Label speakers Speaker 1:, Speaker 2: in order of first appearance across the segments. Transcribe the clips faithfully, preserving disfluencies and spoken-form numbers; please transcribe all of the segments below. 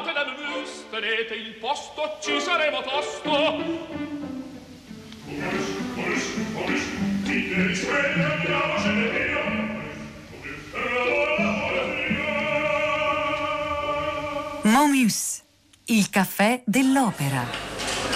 Speaker 1: Andate da Memus, tenete il posto, ci saremo tosto.
Speaker 2: Momus, il caffè dell'opera.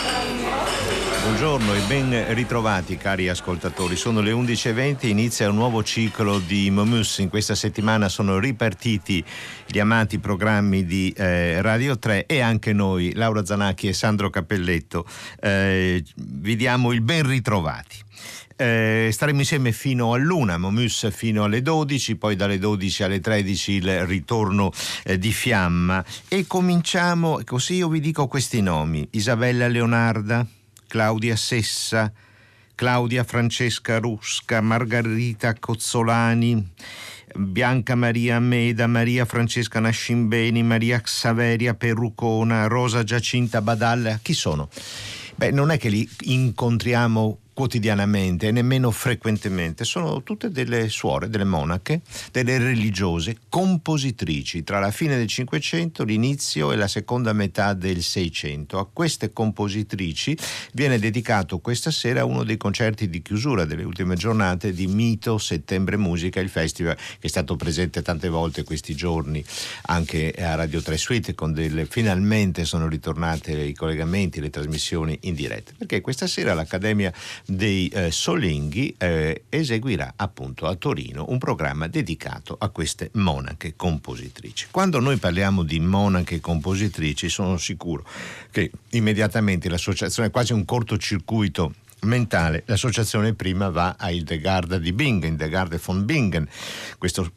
Speaker 3: Buongiorno e ben ritrovati cari ascoltatori, sono le undici e venti, inizia un nuovo ciclo di Momus. In questa settimana sono ripartiti gli amati programmi di eh, Radio tre e anche noi, Laura Zanacchi e Sandro Cappelletto, eh, vi diamo il ben ritrovati. Eh, staremo insieme fino all'una, Momus fino alle dodici, poi dalle dodici alle tredici il ritorno eh, di Fiamma e cominciamo, così io vi dico questi nomi: Isabella Leonarda, Claudia Sessa, Claudia Francesca Rusca, Margherita Cozzolani, Bianca Maria Meda, Maria Francesca Nascimbeni, Maria Xaveria Perrucona, Rosa Giacinta Badalla. Chi sono? Beh, non è che li incontriamo quotidianamente e nemmeno frequentemente, sono tutte delle suore, delle monache, delle religiose, compositrici tra la fine del Cinquecento, l'inizio e la seconda metà del Seicento. A queste compositrici viene dedicato questa sera uno dei concerti di chiusura delle ultime giornate di Mito Settembre Musica, il festival che è stato presente tante volte questi giorni anche a Radio tre Suite, con delle, finalmente sono ritornate i collegamenti, le trasmissioni in diretta, perché questa sera l'Accademia dei eh, Solinghi eh, eseguirà appunto a Torino un programma dedicato a queste monache compositrici. Quando noi parliamo di monache compositrici, sono sicuro che immediatamente l'associazione è quasi un cortocircuito mentale. L'associazione prima va a Hildegarda di Bingen, Hildegarda von Bingen, questo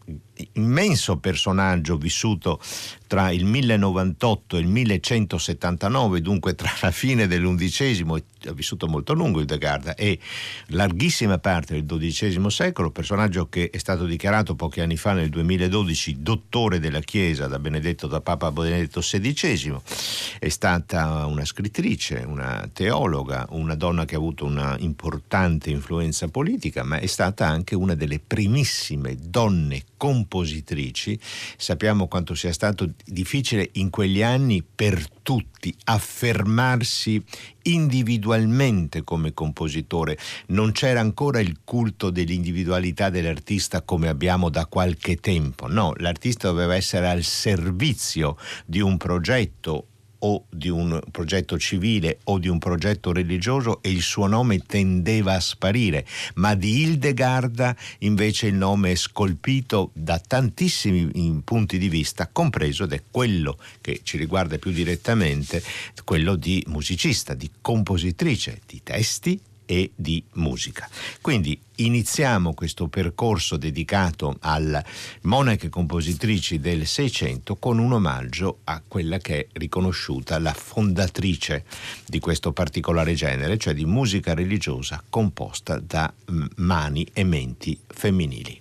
Speaker 3: immenso personaggio vissuto tra il millenovantotto e il millecentosettantanove, dunque tra la fine dell'undicesimo, ha vissuto molto a lungo Hildegarda, e larghissima parte del dodicesimo secolo, personaggio che è stato dichiarato pochi anni fa, nel duemiladodici, dottore della Chiesa da Benedetto da Papa Benedetto sedicesimo. È stata una scrittrice, una teologa, una donna che ha avuto una importante influenza politica, ma è stata anche una delle primissime donne compositrici. Sappiamo quanto sia stato difficile in quegli anni per tutti affermarsi individualmente come compositore. Non c'era ancora il culto dell'individualità dell'artista come abbiamo da qualche tempo. No, l'artista doveva essere al servizio di un progetto, o di un progetto civile o di un progetto religioso, e il suo nome tendeva a sparire. Ma di Hildegarda invece il nome è scolpito da tantissimi punti di vista, compreso, ed è quello che ci riguarda più direttamente, quello di musicista, di compositrice di testi e di musica. Quindi iniziamo questo percorso dedicato alle monache compositrici del Seicento con un omaggio a quella che è riconosciuta la fondatrice di questo particolare genere, cioè di musica religiosa composta da mani e menti femminili.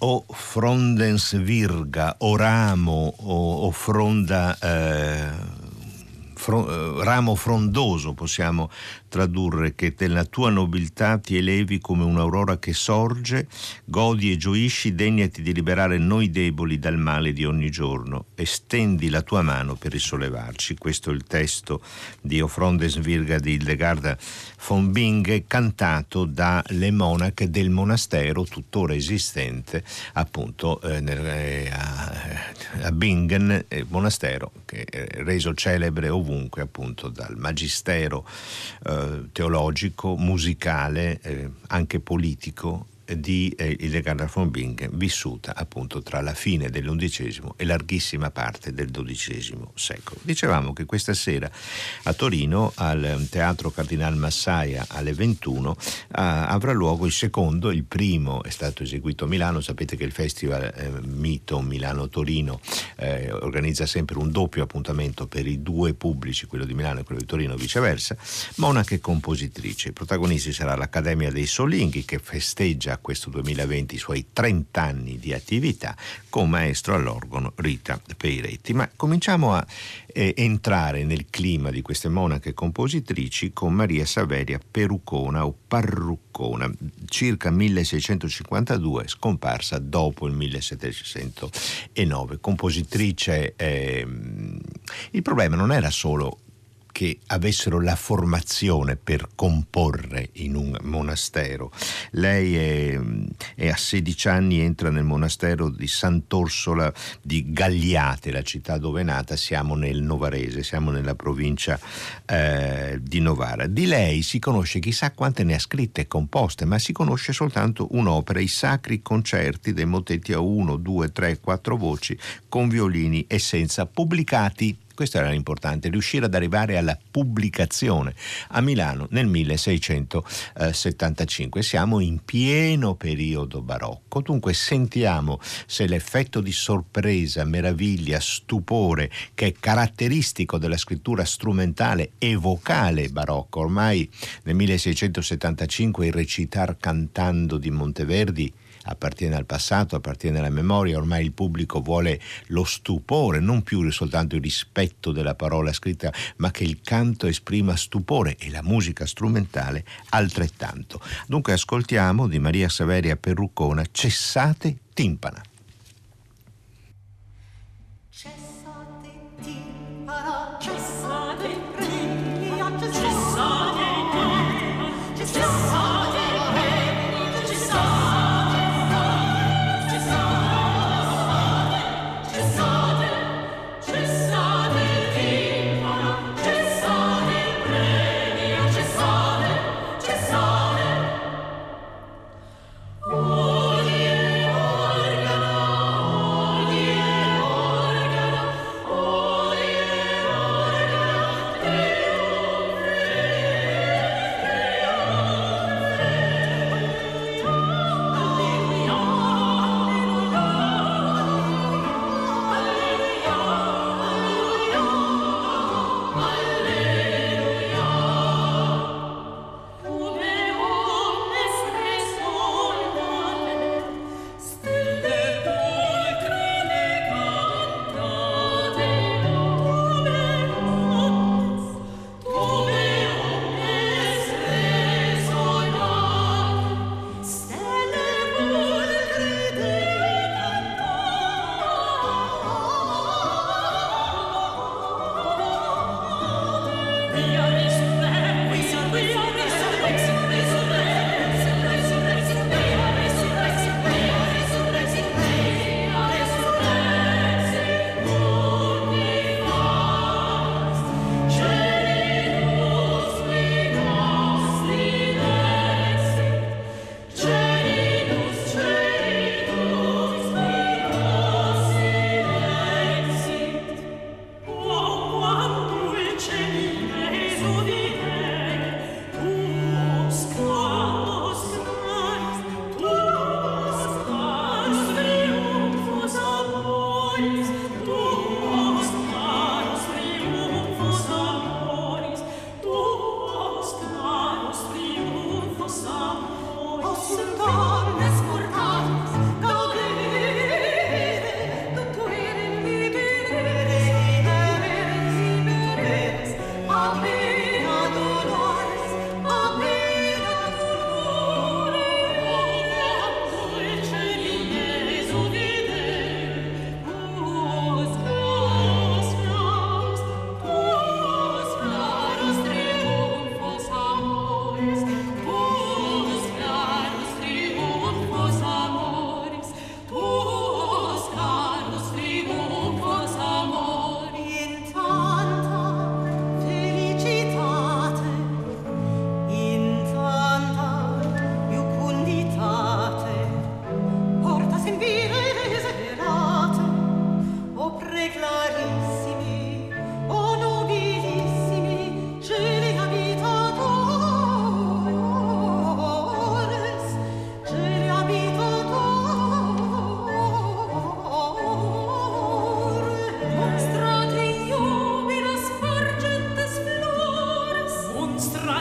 Speaker 3: o frondensvirga o ramo o, o fronda eh, fro, eh, ramo frondoso possiamo tradurre, che della tua nobiltà ti elevi come un'aurora che sorge, godi e gioisci, degnati di liberare noi deboli dal male di ogni giorno, estendi la tua mano per risollevarci. Questo è il testo di O Frondensvirga di Hildegarda von Bingen, cantato dalle monache del monastero tuttora esistente appunto eh, nel, eh, a, a Bingen, eh, monastero che è reso celebre ovunque appunto dal magistero eh, teologico, musicale, eh, anche politico di eh, Hildegarda von Bingen, vissuta appunto tra la fine dell'undicesimo e larghissima parte del dodicesimo secolo. Dicevamo che questa sera a Torino al Teatro Cardinal Massaia alle ventuno eh, avrà luogo il secondo, il primo è stato eseguito a Milano. Sapete che il Festival eh, Mito Milano-Torino eh, organizza sempre un doppio appuntamento per i due pubblici, quello di Milano e quello di Torino, viceversa. Monache compositrici. I protagonisti sarà l'Accademia dei Solinghi, che festeggia questo duemilaventi i suoi trenta anni di attività, con maestro all'organo Rita Peiretti. Ma cominciamo a eh, entrare nel clima di queste monache compositrici con Maria Saveria Peruccona o Parruccona, circa milleseicentocinquantadue, scomparsa dopo il millesettecentonove. Compositrice, eh, il problema non era solo che avessero la formazione per comporre in un monastero. Lei è, è a sedici anni, entra nel monastero di Sant'Orsola di Gagliate, la città dove è nata. Siamo nel Novarese, siamo nella provincia eh, di Novara. Di lei si conosce chissà quante ne ha scritte e composte, ma si conosce soltanto un'opera, i Sacri Concerti dei motetti a uno, due, tre, quattro voci con violini e senza, pubblicati. Questo era l'importante, riuscire ad arrivare alla pubblicazione a Milano nel milleseicentosettantacinque. Siamo in pieno periodo barocco, dunque sentiamo se l'effetto di sorpresa, meraviglia, stupore che è caratteristico della scrittura strumentale e vocale barocca. Ormai nel milleseicentosettantacinque il recitar cantando di Monteverdi appartiene al passato, appartiene alla memoria. Ormai il pubblico vuole lo stupore, non più soltanto il rispetto della parola scritta, ma che il canto esprima stupore, e la musica strumentale altrettanto. Dunque ascoltiamo di Maria Saveria Peruccona Cessate timpana.
Speaker 4: Cessate timpana, cessate preglia, cessate timpana, cessate preglia, cessate.
Speaker 5: Oh, yeah, oh, yeah.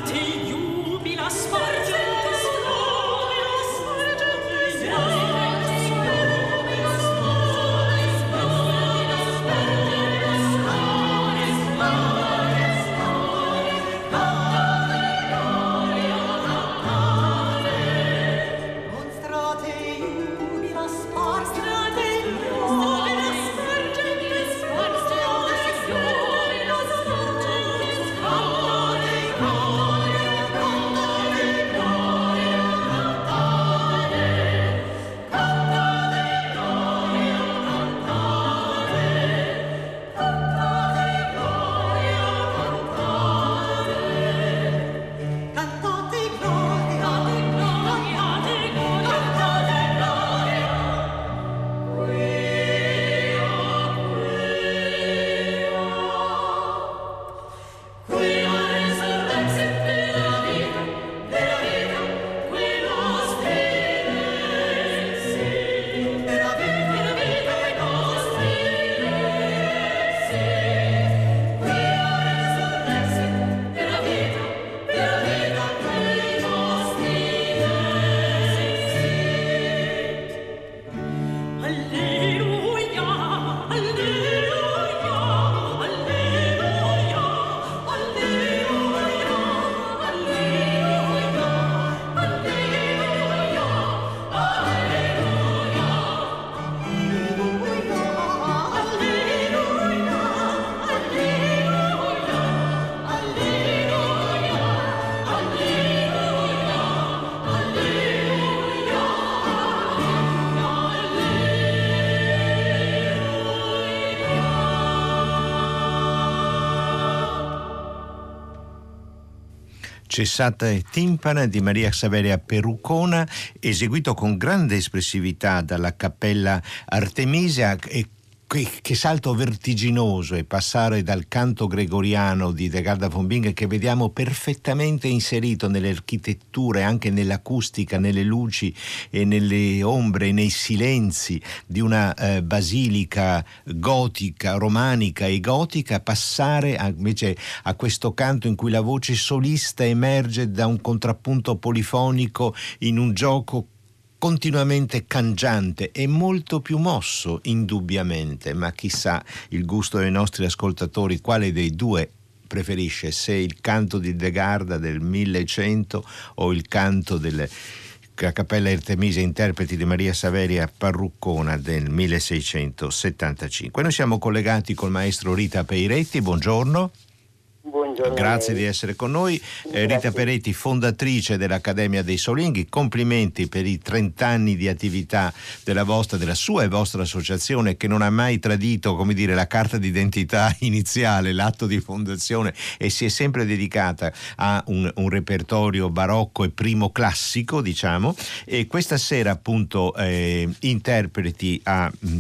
Speaker 3: Cessata e timpana di Maria Saveria Perrucona, eseguito con grande espressività dalla Cappella Artemisia. E che salto vertiginoso è passare dal canto gregoriano di Edgarda von Bingen, che vediamo perfettamente inserito nelle architetture, anche nell'acustica, nelle luci e nelle ombre, nei silenzi di una eh, basilica gotica, romanica e gotica, passare a, invece a questo canto in cui la voce solista emerge da un contrappunto polifonico in un gioco continuamente cangiante e molto più mosso, indubbiamente, ma chissà il gusto dei nostri ascoltatori quale dei due preferisce, se il canto di Edgarda del millecento o il canto della Cappella Artemisia, interpreti di Maria Saveria Perrucona del milleseicentosettantacinque. Noi siamo collegati col maestro Rita Peiretti, buongiorno.
Speaker 5: Buongiorno.
Speaker 3: Grazie di essere con noi. Eh, Rita Peiretti, fondatrice dell'Accademia dei Solinghi, complimenti per i trent'anni di attività della vostra, della sua e vostra associazione, che non ha mai tradito, come dire, la carta d'identità iniziale, l'atto di fondazione, e si è sempre dedicata a un, un repertorio barocco e primo classico, diciamo, e questa sera appunto eh, interpreti a mh,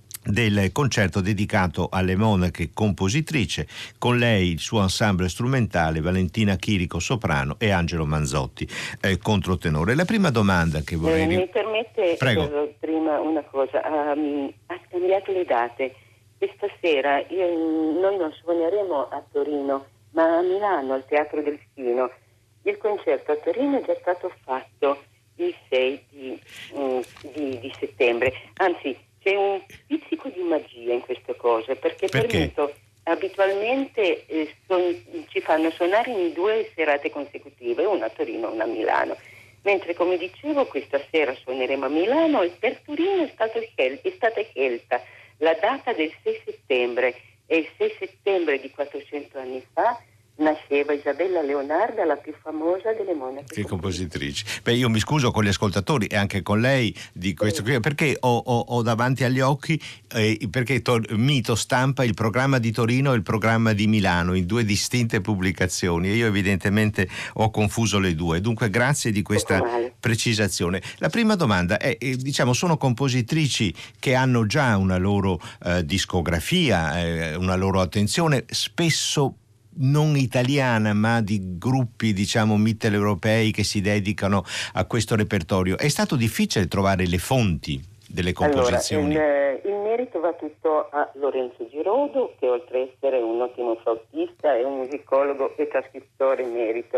Speaker 3: del concerto dedicato alle monache compositrice, con lei il suo ensemble strumentale, Valentina Chirico soprano e Angelo Manzotti eh, controtenore. La prima domanda che vorrei...
Speaker 5: Eh, mi permette
Speaker 3: Prego.
Speaker 5: per, prima una cosa, um, ha scambiato le date. Questa sera io, noi non suoneremo a Torino, ma a Milano, al Teatro del Fino. Il concerto a Torino è già stato fatto il sei di, um, di, di settembre, anzi c'è un pizzico di magia in queste cose, perché,
Speaker 3: Perché?
Speaker 5: permetto, abitualmente eh, son, ci fanno suonare in due serate consecutive, una a Torino e una a Milano, mentre, come dicevo, questa sera suoneremo a Milano e per Torino è, stato scel- è stata scelta la data del sei settembre, e il sei settembre di quattrocento anni fa nasceva Isabella Leonarda, la più famosa delle monache
Speaker 3: Che compositrici. Beh, io mi scuso con gli ascoltatori e anche con lei di questo qui, perché ho, ho, ho davanti agli occhi eh, perché to, Mito stampa il programma di Torino e il programma di Milano in due distinte pubblicazioni, e io evidentemente ho confuso le due, dunque grazie di questa precisazione. La prima domanda è, eh, diciamo, sono compositrici che hanno già una loro eh, discografia, eh, una loro attenzione, spesso non italiana, ma di gruppi, diciamo, mitteleuropei che si dedicano a questo repertorio. È stato difficile trovare le fonti delle composizioni?
Speaker 5: Allora, il, il merito va tutto a Lorenzo Girodo, che oltre a essere un ottimo flautista è un musicologo e trascrittore emerito.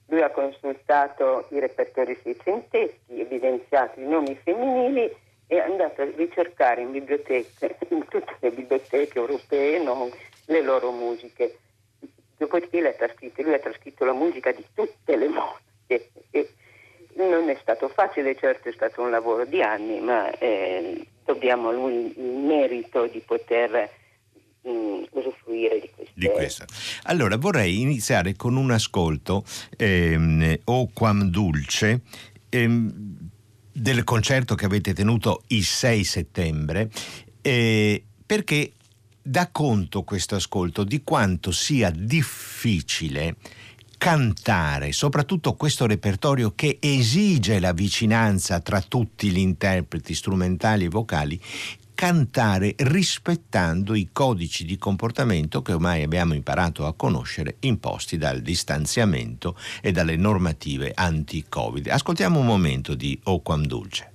Speaker 5: lui ha consultato i repertori seicenteschi, evidenziato i nomi femminili e è andato a ricercare in biblioteche, in tutte le biblioteche europee, non, le loro musiche. Dopodiché lui ha trascritto, lui ha trascritto la musica di tutte le monache. E non è stato facile, certo è stato un lavoro di anni, ma eh, dobbiamo a lui il merito di poter mh, usufruire di queste.
Speaker 3: Di questo. Allora vorrei iniziare con un ascolto ehm, O Quam Dulce ehm, del concerto che avete tenuto il sei settembre, eh, perché dà conto questo ascolto di quanto sia difficile cantare, soprattutto questo repertorio che esige la vicinanza tra tutti gli interpreti strumentali e vocali, cantare rispettando i codici di comportamento che ormai abbiamo imparato a conoscere, imposti dal distanziamento e dalle normative anti-Covid. Ascoltiamo un momento di O Quam Dulce.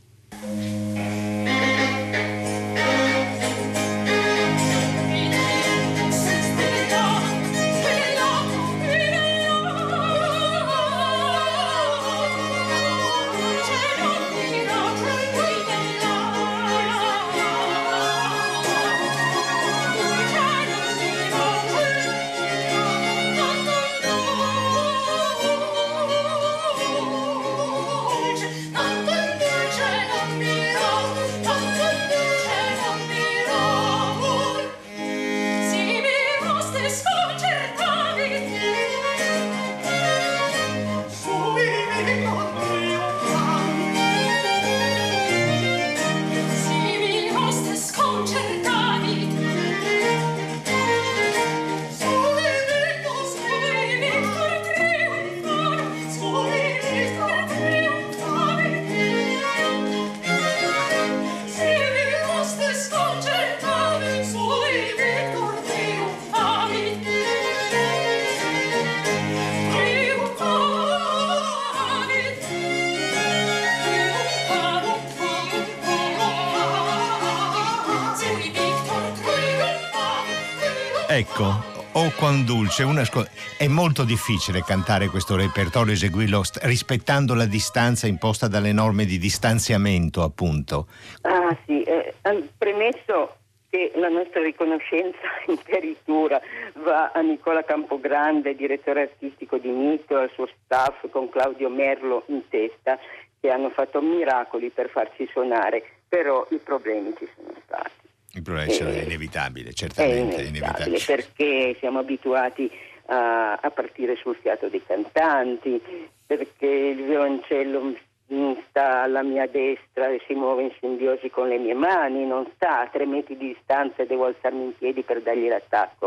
Speaker 3: Ecco, O Quam Dulce, una scu- è molto difficile cantare questo repertorio, eseguirlo st- rispettando la distanza imposta dalle norme di distanziamento, appunto.
Speaker 5: Ah sì, eh, premesso che la nostra riconoscenza in peritura va a Nicola Campogrande, direttore artistico di Mito, al suo staff con Claudio Merlo in testa, che hanno fatto miracoli per farci suonare, però i problemi ci sono stati.
Speaker 3: Il problema è
Speaker 5: Eh,
Speaker 3: inevitabile, certamente.
Speaker 5: È inevitabile,
Speaker 3: inevitabile.
Speaker 5: perché siamo abituati a, a partire sul fiato dei cantanti, perché il violoncello sta alla mia destra e si muove in simbiosi con le mie mani, non sta a tre metri di distanza e devo alzarmi in piedi per dargli l'attacco.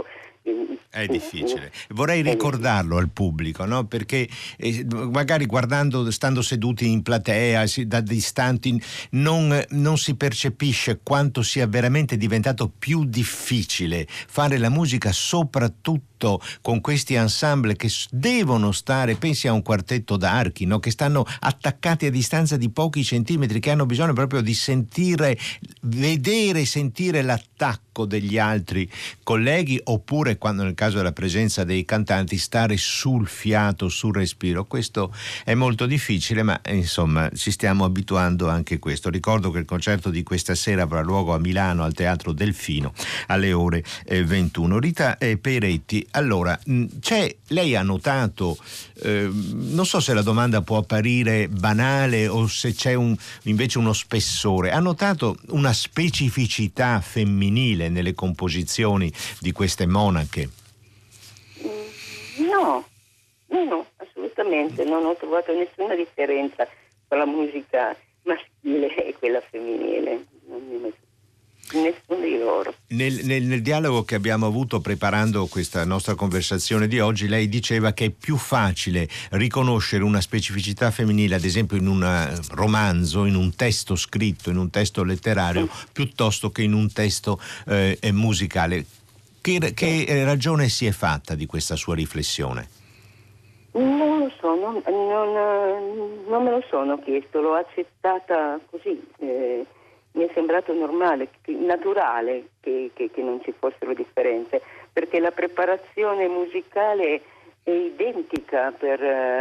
Speaker 3: È difficile. Vorrei ricordarlo al pubblico, no? Perché eh, magari guardando, stando seduti in platea, si, da distanti, non, non si percepisce quanto sia veramente diventato più difficile fare la musica, soprattutto con questi ensemble che devono stare, pensi a un quartetto d'archi, no? Che stanno attaccati a distanza di pochi centimetri, che hanno bisogno proprio di sentire, vedere, sentire l'attacco degli altri colleghi, oppure quando nel caso della presenza dei cantanti stare sul fiato, sul respiro. Questo è molto difficile, ma insomma ci stiamo abituando anche a questo. Ricordo che il concerto di questa sera avrà luogo a Milano al Teatro Delfino alle ore eh, ventuno. Rita eh, Peretti, allora mh, c'è, lei ha notato, eh, non so se la domanda può apparire banale o se c'è un, invece uno spessore, ha notato una specificità femminile nelle composizioni di queste monache?
Speaker 5: No, no, no, assolutamente, non ho trovato nessuna differenza tra la musica maschile e quella femminile, non mi è mai nessuno di loro.
Speaker 3: Nel, nel, nel dialogo che abbiamo avuto preparando questa nostra conversazione di oggi, lei diceva che è più facile riconoscere una specificità femminile, ad esempio in un romanzo, in un testo scritto, in un testo letterario, piuttosto che in un testo eh, musicale. Che, che ragione si è fatta di questa sua riflessione?
Speaker 5: Non lo so, non, non, non me lo sono chiesto, l'ho accettata così. Eh, mi è sembrato normale, naturale che, che, che non ci fossero differenze, perché la preparazione musicale è identica per,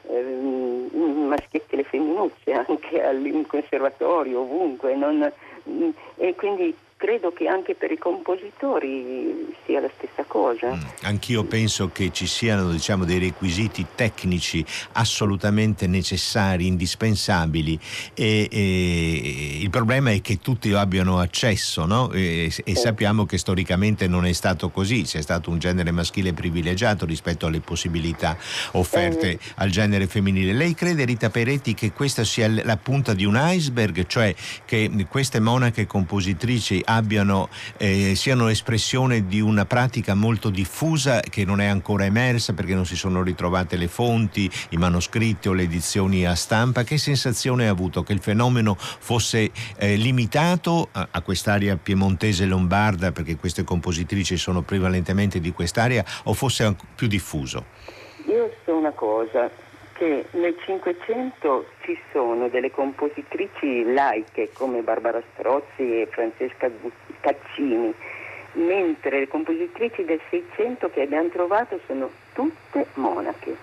Speaker 5: eh, maschietti e le femminucce anche al conservatorio, ovunque, non, e quindi credo che anche per i compositori sia la stessa cosa.
Speaker 3: Mm, anch'io penso che ci siano, diciamo, dei requisiti tecnici assolutamente necessari, indispensabili, e, e il problema è che tutti abbiano accesso, no? E, e sappiamo che storicamente non è stato così, c'è stato un genere maschile privilegiato rispetto alle possibilità offerte eh. al genere femminile. Lei crede, Rita Peretti, che questa sia la punta di un iceberg, cioè che queste monache compositrici abbiano eh, siano espressione di una pratica molto diffusa che non è ancora emersa perché non si sono ritrovate le fonti, i manoscritti o le edizioni a stampa? Che sensazione ha avuto? Che il fenomeno fosse eh, limitato a, a quest'area piemontese lombarda, perché queste compositrici sono prevalentemente di quest'area, o fosse anche più diffuso?
Speaker 5: Io so una cosa, che nel Cinquecento ci sono delle compositrici laiche come Barbara Strozzi e Francesca Caccini, mentre le compositrici del Seicento che abbiamo trovato sono tutte monache.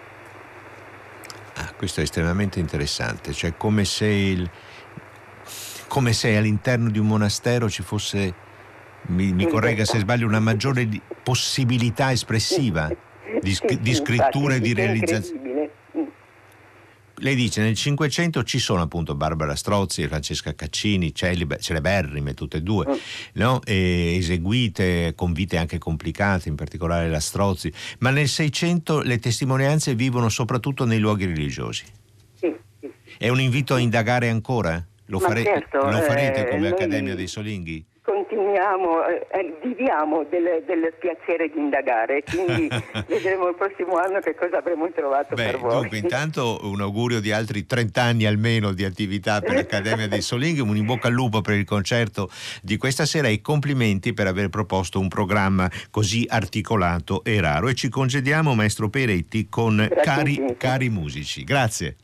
Speaker 3: Ah, questo è estremamente interessante, cioè come se il, come se all'interno di un monastero ci fosse, mi, mi corregga se sbaglio, una maggiore possibilità espressiva di,
Speaker 5: sì,
Speaker 3: di
Speaker 5: sì,
Speaker 3: scrittura
Speaker 5: infatti,
Speaker 3: e di realizzazione. Lei dice nel Cinquecento ci sono appunto Barbara Strozzi e Francesca Caccini, celibe, celeberrime tutte e due, mm. no? E eseguite con vite anche complicate, in particolare la Strozzi, ma nel Seicento le testimonianze vivono soprattutto nei luoghi religiosi.
Speaker 5: Sì, sì.
Speaker 3: È un invito a indagare ancora? Lo, fare,
Speaker 5: certo,
Speaker 3: lo farete come
Speaker 5: eh,
Speaker 3: Accademia dei Solinghi?
Speaker 5: Continuiamo, eh, viviamo del, del piacere di indagare, quindi vedremo il prossimo anno che cosa avremo trovato.
Speaker 3: Beh,
Speaker 5: per voi.
Speaker 3: Dunque, intanto un augurio di altri trenta anni almeno di attività per l'Accademia dei Solinghi, un in bocca al lupo per il concerto di questa sera e complimenti per aver proposto un programma così articolato e raro. E ci congediamo, maestro Peretti, con cari, cari musici. Grazie.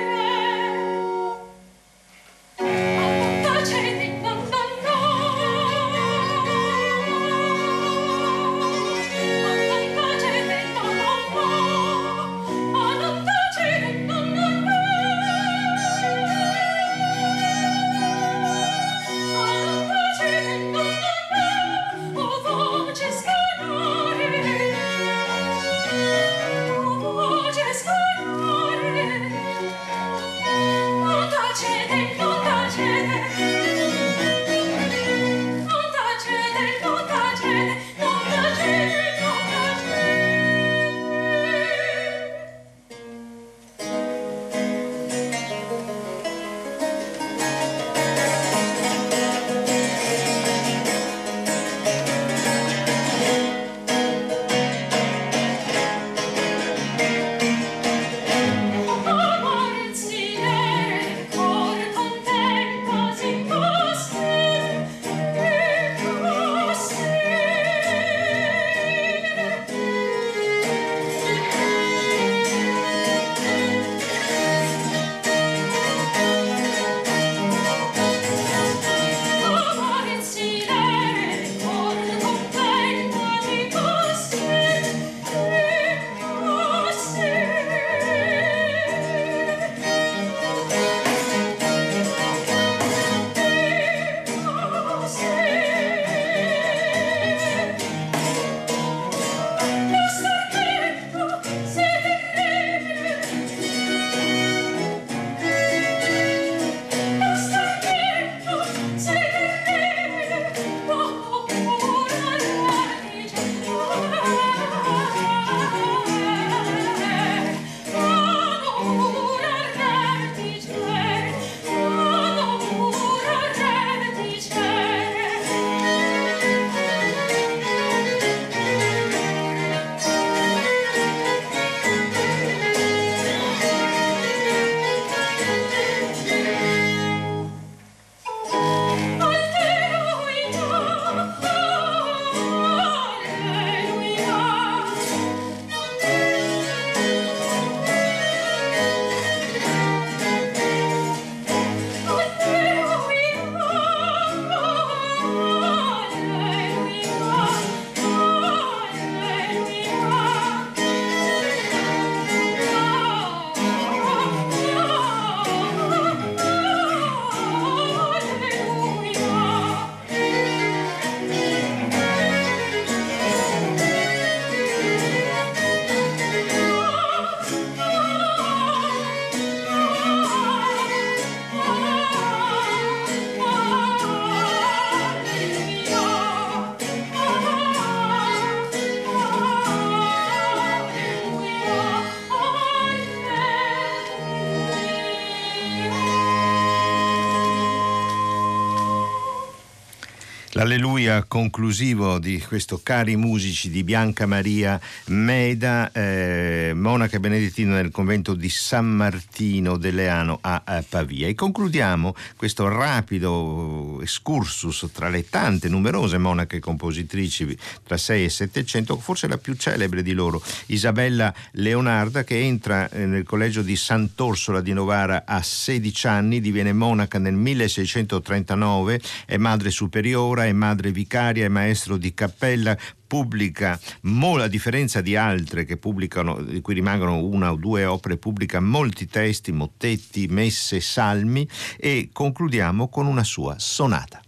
Speaker 4: Pace di non
Speaker 3: L'alleluia conclusivo di questo Cari musici di Bianca Maria Meda, eh, monaca benedettina nel convento di San Martino del Leano a, a Pavia. E concludiamo questo rapido excursus tra le tante numerose monache compositrici tra sei e settecento, forse la più celebre di loro, Isabella Leonarda, che entra nel collegio di Sant'Orsola di Novara a sedici anni, diviene monaca nel milleseicentotrentanove, è madre superiora, è madre vicaria, è maestro di cappella, pubblica, a differenza di altre che pubblicano, di cui rimangono una o due opere, pubblica molti testi, mottetti, messe, salmi, e concludiamo con una sua sonata.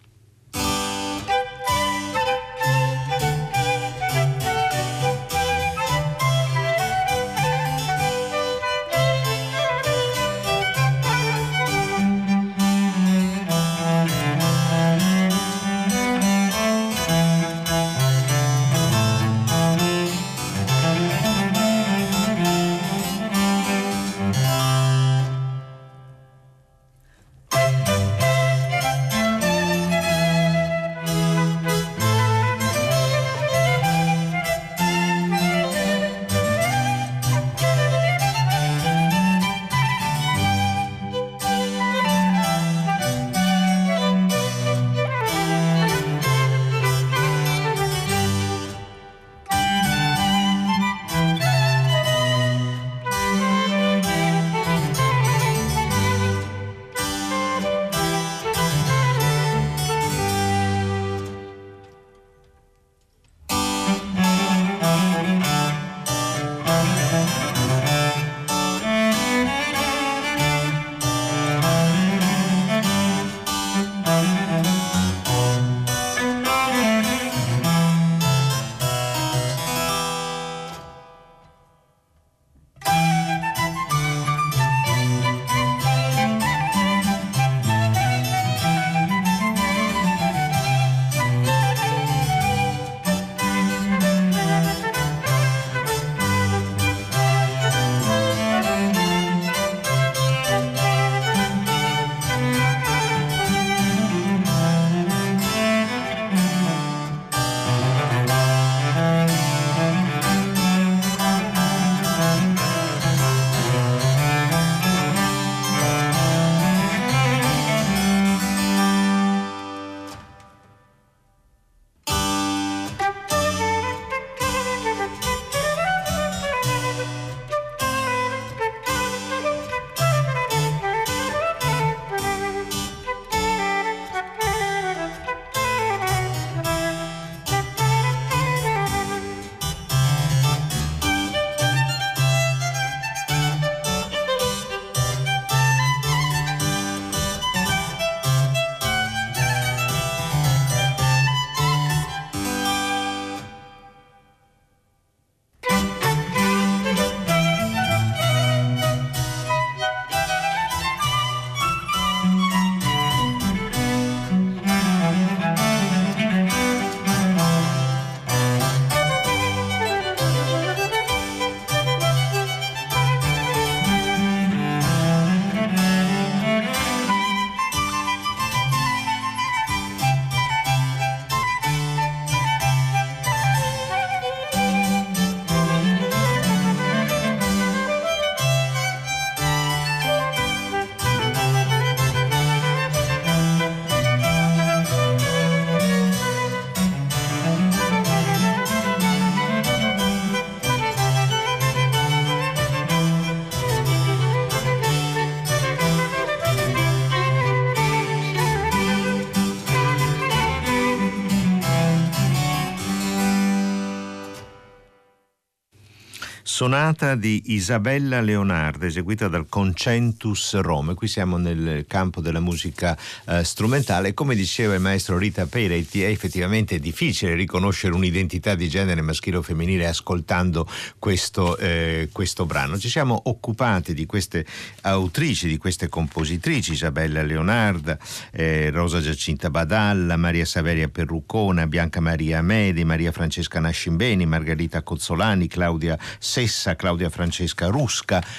Speaker 3: sonata di Isabella Leonarda eseguita dal Concentus Rome. Qui siamo nel campo della musica eh, strumentale. Come diceva il maestro Rita Peretti, è effettivamente difficile riconoscere un'identità di genere maschile o femminile ascoltando questo, eh, questo brano. Ci siamo occupati di queste autrici, di queste compositrici: Isabella Leonarda, eh, Rosa Giacinta Badalla, Maria Saveria Perrucona, Bianca Maria Medi, Maria Francesca Nascimbeni, Margherita Cozzolani, Claudia Sessa, Claudia Francesca Rusca.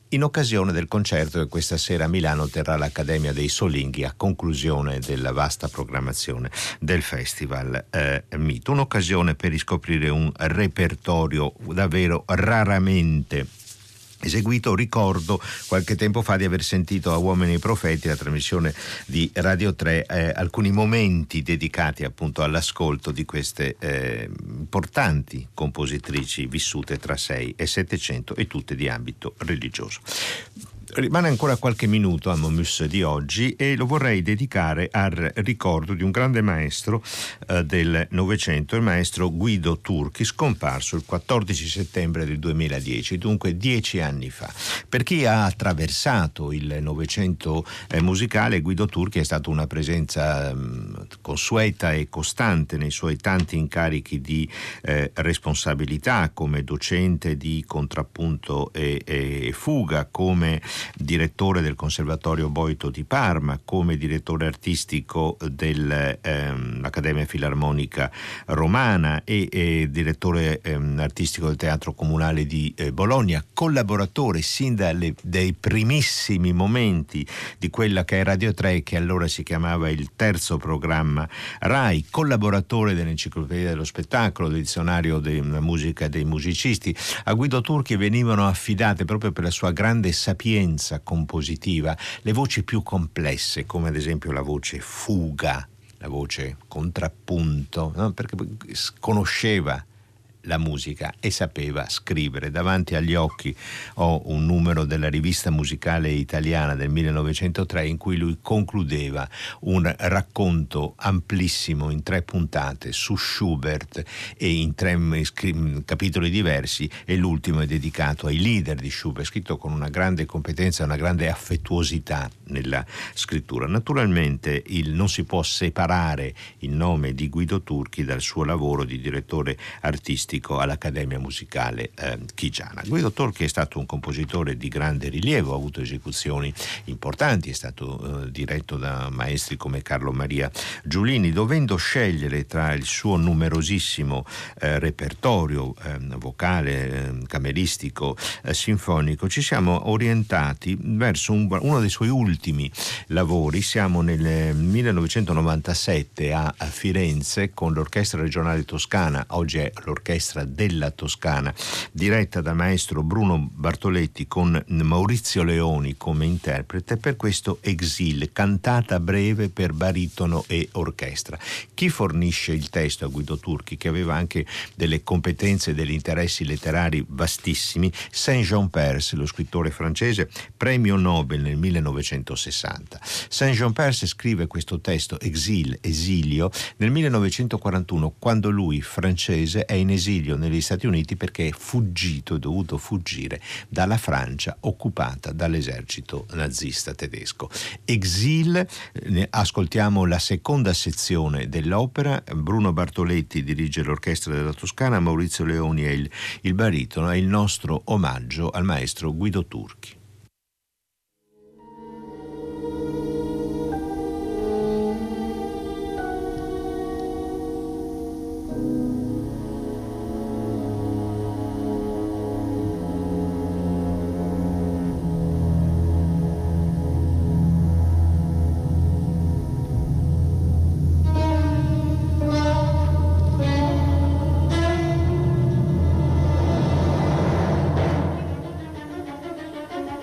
Speaker 3: in occasione del concerto che questa sera a Milano terrà l'Accademia dei Solinghi a conclusione della vasta programmazione del Festival eh, Mito. Un'occasione per riscoprire un repertorio davvero raramente eseguito. Ricordo qualche tempo fa di aver sentito a Uomini e Profeti, la trasmissione di Radio tre, eh, alcuni momenti dedicati appunto all'ascolto di queste eh, importanti compositrici vissute tra sei e settecento e tutte di ambito religioso. Rimane ancora qualche minuto al Momus di oggi e lo vorrei dedicare al ricordo di un grande maestro eh, del Novecento, il maestro Guido Turchi, scomparso il quattordici settembre del duemiladieci, dunque dieci anni fa. Per chi ha attraversato il Novecento eh, musicale, Guido Turchi è stato una presenza mh, consueta e costante nei suoi tanti incarichi di eh, responsabilità, come docente di contrappunto e, e fuga, come direttore del Conservatorio Boito di Parma, come direttore artistico dell'Accademia ehm, Filarmonica Romana e, e direttore ehm, artistico del Teatro Comunale di eh, Bologna, collaboratore sin dalle, dai primissimi momenti di quella che è Radio tre, che allora si chiamava il terzo programma RAI, collaboratore dell'Enciclopedia dello Spettacolo, del Dizionario della Musica e dei Musicisti. A Guido Turchi venivano affidate, proprio per la sua grande sapienza compositiva, le voci più complesse, come ad esempio la voce fuga, la voce contrappunto, no? Perché conosceva la musica e sapeva scrivere. Davanti agli occhi ho un numero della Rivista Musicale Italiana del millenovecentotre in cui lui concludeva un racconto amplissimo in tre puntate su Schubert e in tre capitoli diversi, e l'ultimo è dedicato ai leader di Schubert, scritto con una grande competenza, una grande affettuosità nella scrittura. Naturalmente il, non si può separare il nome di Guido Turchi dal suo lavoro di direttore artistico all'Accademia Musicale eh, Chigiana. Guido Turchi è stato un compositore di grande rilievo, ha avuto esecuzioni importanti, è stato eh, diretto da maestri come Carlo Maria Giulini. Dovendo scegliere tra il suo numerosissimo eh, repertorio eh, vocale, eh, cameristico, eh, sinfonico, ci siamo orientati verso un, uno dei suoi ultimi lavori. Siamo nel millenovecentonovantasette a, a Firenze con l'Orchestra Regionale Toscana, oggi è l'Orchestra della Toscana, diretta dal maestro Bruno Bartoletti, con Maurizio Leoni come interprete, per questo Exil, cantata breve per baritono e orchestra. Chi fornisce il testo a Guido Turchi, che aveva anche delle competenze e degli interessi letterari vastissimi? Saint-Jean Perse, lo scrittore francese, premio Nobel nel millenovecentosessanta. Saint-Jean Perse scrive questo testo, Exil, esilio, nel millenovecentoquarantuno, quando lui, francese, è in esilio negli Stati Uniti perché è fuggito, è dovuto fuggire dalla Francia occupata dall'esercito nazista tedesco. Exil, ascoltiamo la seconda sezione dell'opera. Bruno Bartoletti dirige l'Orchestra della Toscana, Maurizio Leoni è il, il baritono, è il nostro omaggio al maestro Guido Turchi.
Speaker 4: Thank you.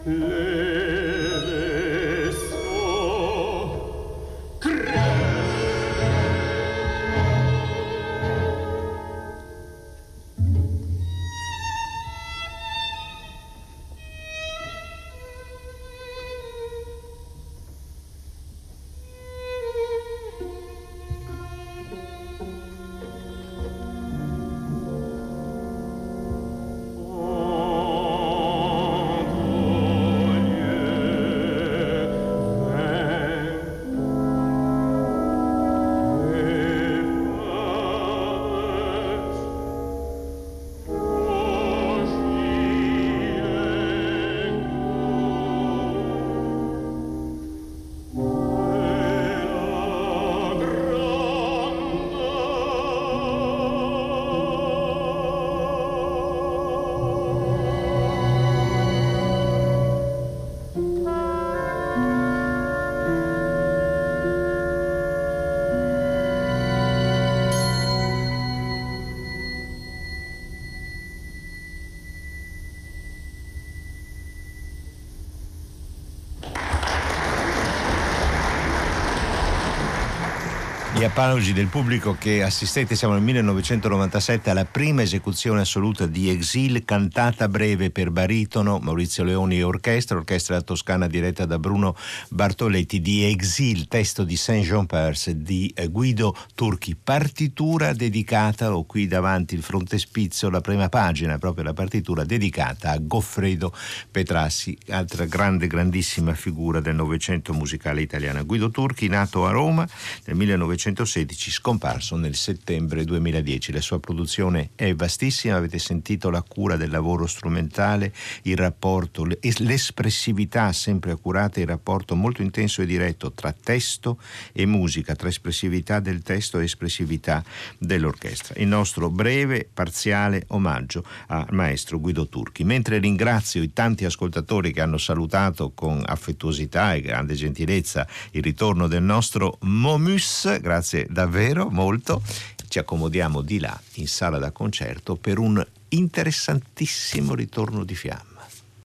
Speaker 3: Gli applausi del pubblico che assistete. Siamo nel millenovecentonovantasette alla prima esecuzione assoluta di Exil, cantata breve per baritono, Maurizio Leoni e orchestra, orchestra della Toscana diretta da Bruno Bartoletti, di Exil, testo di Saint-Jean Perse di Guido Turchi, partitura dedicata, ho qui davanti il frontespizio, la prima pagina, proprio la partitura dedicata a Goffredo Petrassi, altra grande, grandissima figura del Novecento musicale italiano. Guido Turchi, nato a Roma nel millenovecentosedici, scomparso nel settembre duemiladieci. La sua produzione è vastissima, avete sentito la cura del lavoro strumentale, il rapporto, l'espressività sempre accurata, il rapporto molto intenso e diretto tra testo e musica, tra espressività del testo e espressività dell'orchestra. Il nostro breve, parziale omaggio al maestro Guido Turchi. Mentre ringrazio i tanti ascoltatori che hanno salutato con affettuosità e grande gentilezza il ritorno del nostro Momus, grazie davvero molto, ci accomodiamo di là in sala da concerto per un interessantissimo ritorno di fiamme.